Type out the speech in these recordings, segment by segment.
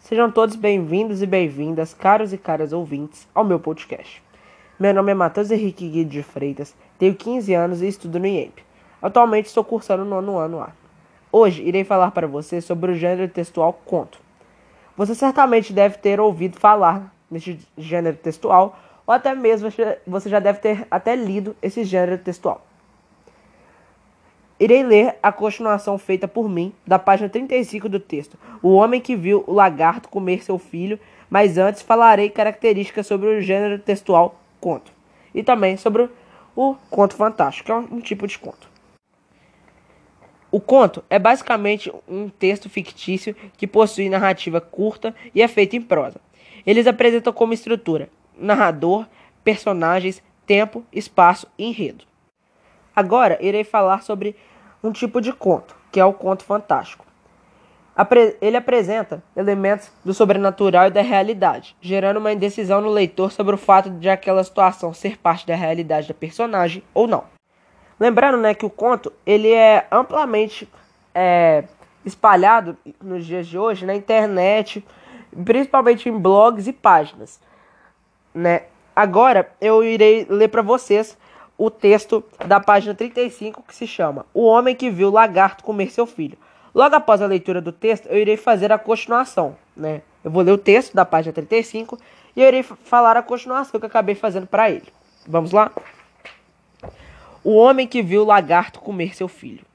Sejam todos bem-vindos e bem-vindas, caros e caras ouvintes, ao meu podcast. Meu nome é Matheus Henrique Guido de Freitas, tenho 15 anos e estudo no IEMP. Atualmente estou cursando o 9º ano A. Hoje irei falar para você sobre o gênero textual conto. Você certamente deve ter ouvido falar neste gênero textual, ou até mesmo você já deve ter até lido esse gênero textual. Irei ler a continuação feita por mim, da página 35 do texto, O Homem que Viu o Lagarto Comer Seu Filho, mas antes falarei características sobre o gênero textual conto, e também sobre o conto fantástico, que é um tipo de conto. O conto é basicamente um texto fictício que possui narrativa curta e é feito em prosa. Eles apresentam como estrutura narrador, personagens, tempo, espaço e enredo. Agora irei falar sobre um tipo de conto, que é o conto fantástico. Ele apresenta elementos do sobrenatural e da realidade, gerando uma indecisão no leitor sobre o fato de aquela situação ser parte da realidade da personagem ou não. Lembrando, que o conto ele é amplamente espalhado nos dias de hoje na internet, principalmente em blogs e páginas. Agora eu irei ler para vocês o texto da página 35, que se chama O Homem que Viu o Lagarto Comer Seu Filho. Logo após a leitura do texto, eu irei fazer a continuação. Eu vou ler o texto da página 35 e eu irei falar a continuação que eu acabei fazendo para ele. Vamos lá? O Homem que Viu o Lagarto Comer Seu Filho.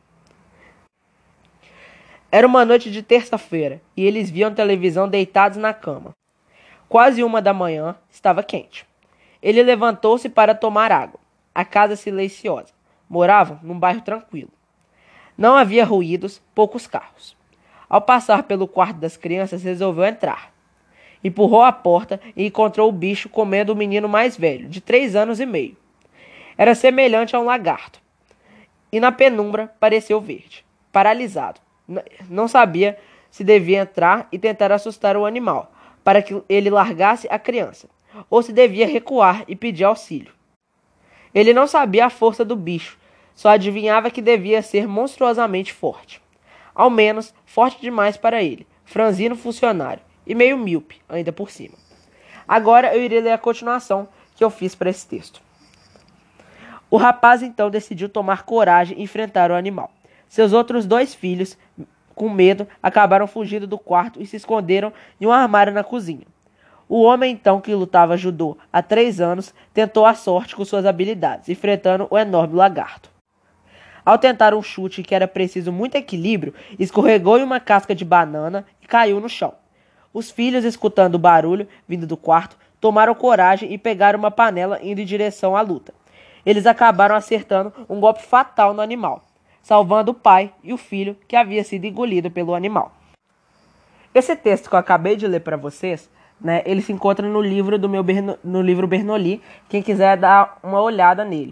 Era uma noite de terça-feira e eles viam televisão deitados na cama. Quase 1 da manhã, estava quente. Ele levantou-se para tomar água. A casa silenciosa. Moravam num bairro tranquilo. Não havia ruídos, poucos carros. Ao passar pelo quarto das crianças, resolveu entrar. Empurrou a porta e encontrou o bicho comendo o menino mais velho, de 3 anos e meio. Era semelhante a um lagarto. E na penumbra pareceu verde, paralisado. Não sabia se devia entrar e tentar assustar o animal, para que ele largasse a criança, ou se devia recuar e pedir auxílio. Ele não sabia a força do bicho, só adivinhava que devia ser monstruosamente forte. Ao menos, forte demais para ele, franzino funcionário, e meio míope, ainda por cima. Agora eu irei ler a continuação que eu fiz para esse texto. O rapaz então decidiu tomar coragem e enfrentar o animal. Seus outros 2 filhos, com medo, acabaram fugindo do quarto e se esconderam em um armário na cozinha. O homem, então, que lutava judô há 3 anos, tentou a sorte com suas habilidades, enfrentando o enorme lagarto. Ao tentar um chute que era preciso muito equilíbrio, escorregou em uma casca de banana e caiu no chão. Os filhos, escutando o barulho vindo do quarto, tomaram coragem e pegaram uma panela indo em direção à luta. Eles acabaram acertando um golpe fatal no animal, salvando o pai e o filho que havia sido engolido pelo animal. Esse texto que eu acabei de ler para vocês, ele se encontra no livro no livro Bernoulli, quem quiser dar uma olhada nele.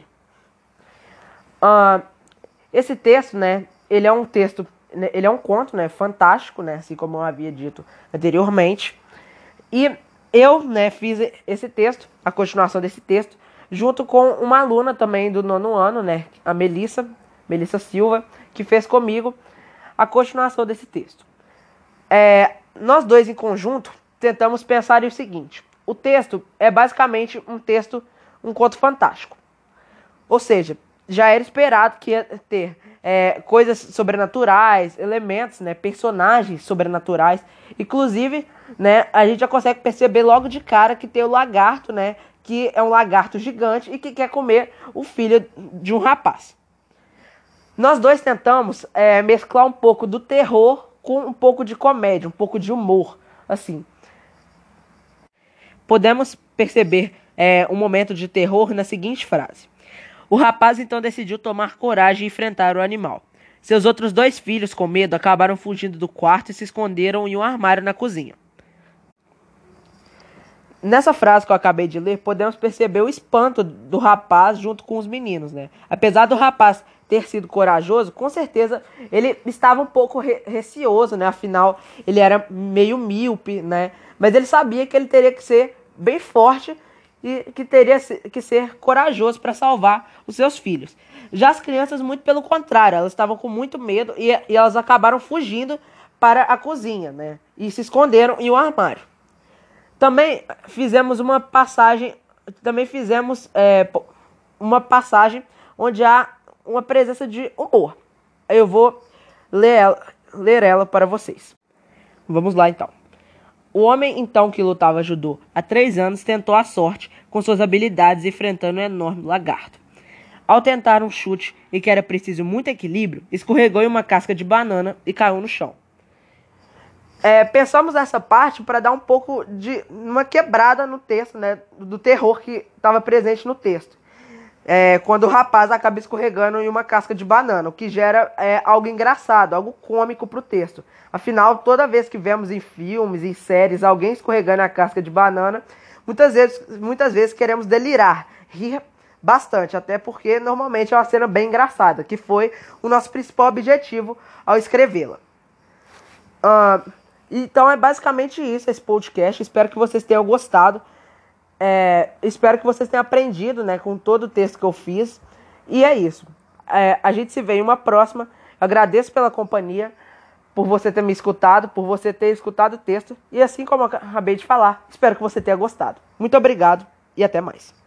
Esse texto, ele é um texto, ele é um conto, fantástico, assim como eu havia dito anteriormente. E eu, fiz esse texto, a continuação desse texto, junto com uma aluna também do 9º ano, a Melissa Silva, que fez comigo a continuação desse texto. Nós dois em conjunto tentamos pensar em o seguinte: o texto é basicamente um conto fantástico. Ou seja, já era esperado que ia ter coisas sobrenaturais, elementos, personagens sobrenaturais. Inclusive, a gente já consegue perceber logo de cara que tem o lagarto, que é um lagarto gigante e que quer comer o filho de um rapaz. Nós dois tentamos mesclar um pouco do terror com um pouco de comédia, um pouco de humor, assim. Podemos perceber um momento de terror na seguinte frase: o rapaz então decidiu tomar coragem e enfrentar o animal. Seus outros 2 filhos, com medo, acabaram fugindo do quarto e se esconderam em um armário na cozinha. Nessa frase que eu acabei de ler, podemos perceber o espanto do rapaz junto com os meninos, Apesar do rapaz ter sido corajoso, com certeza ele estava um pouco receoso, Afinal, ele era meio míope, Mas ele sabia que ele teria que ser bem forte e que teria que ser corajoso para salvar os seus filhos. Já as crianças, muito pelo contrário, elas estavam com muito medo e elas acabaram fugindo para a cozinha, né? E se esconderam em um armário. Também fizemos uma passagem, onde há uma presença de humor. Eu vou ler ela para vocês. Vamos lá então. O homem então que lutava judô há 3 anos tentou a sorte com suas habilidades enfrentando um enorme lagarto. Ao tentar um chute e que era preciso muito equilíbrio, escorregou em uma casca de banana e caiu no chão. Pensamos nessa parte para dar um pouco de uma quebrada no texto, né, do terror que estava presente no texto. Quando o rapaz acaba escorregando em uma casca de banana, o que gera algo engraçado, algo cômico para o texto. Afinal, toda vez que vemos em filmes, em séries, alguém escorregando a casca de banana, muitas vezes queremos delirar, rir bastante, até porque normalmente é uma cena bem engraçada, que foi o nosso principal objetivo ao escrevê-la. Então é basicamente isso, esse podcast. Espero que vocês tenham gostado. Espero que vocês tenham aprendido, né, com todo o texto que eu fiz. E é isso. A gente se vê em uma próxima. Eu agradeço pela companhia, por você ter me escutado, por você ter escutado o texto. E assim como eu acabei de falar, espero que você tenha gostado. Muito obrigado e até mais.